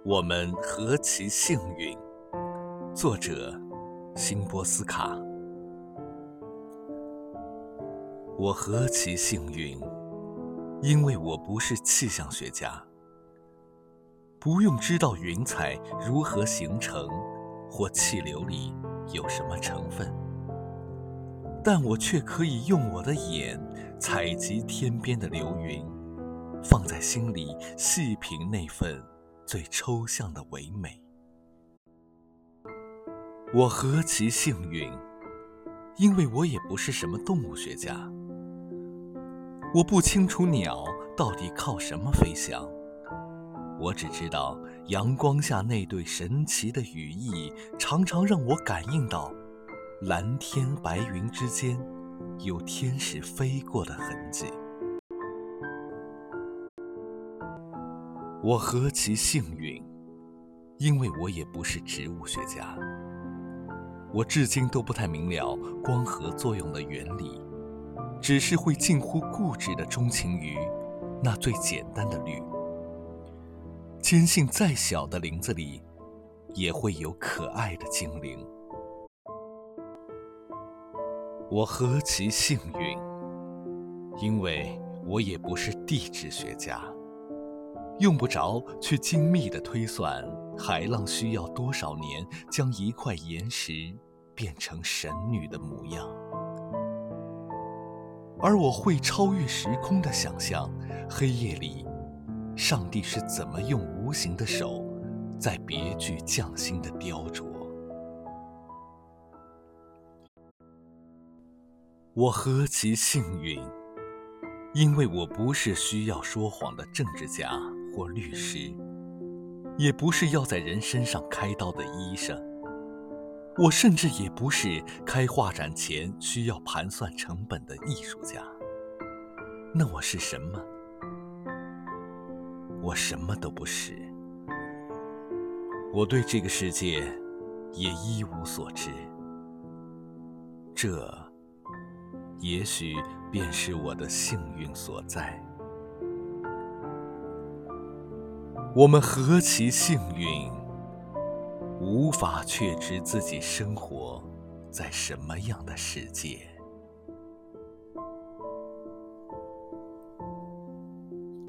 我们何其幸运。作者：辛波斯卡。我何其幸运，因为我不是气象学家，不用知道云彩如何形成，或气流里有什么成分，但我却可以用我的眼采集天边的流云，放在心里细品那份最抽象的唯美。我何其幸运，因为我也不是什么动物学家，我不清楚鸟到底靠什么飞翔，我只知道阳光下那对神奇的羽翼常常让我感应到蓝天白云之间有天使飞过的痕迹。我何其幸运，因为我也不是植物学家，我至今都不太明了光合作用的原理，只是会近乎固执地钟情于那最简单的绿，坚信再小的林子里也会有可爱的精灵。我何其幸运，因为我也不是地质学家，用不着去精密地推算海浪需要多少年将一块岩石变成神女的模样，而我会超越时空地想象黑夜里上帝是怎么用无形的手在别具匠心地雕琢。我何其幸运，因为我不是需要说谎的政治家或律师，也不是要在人身上开刀的医生，我甚至也不是开画展前需要盘算成本的艺术家。那我是什么？我什么都不是。我对这个世界也一无所知，这也许便是我的幸运所在。我们何其幸运，无法确知自己生活在什么样的世界。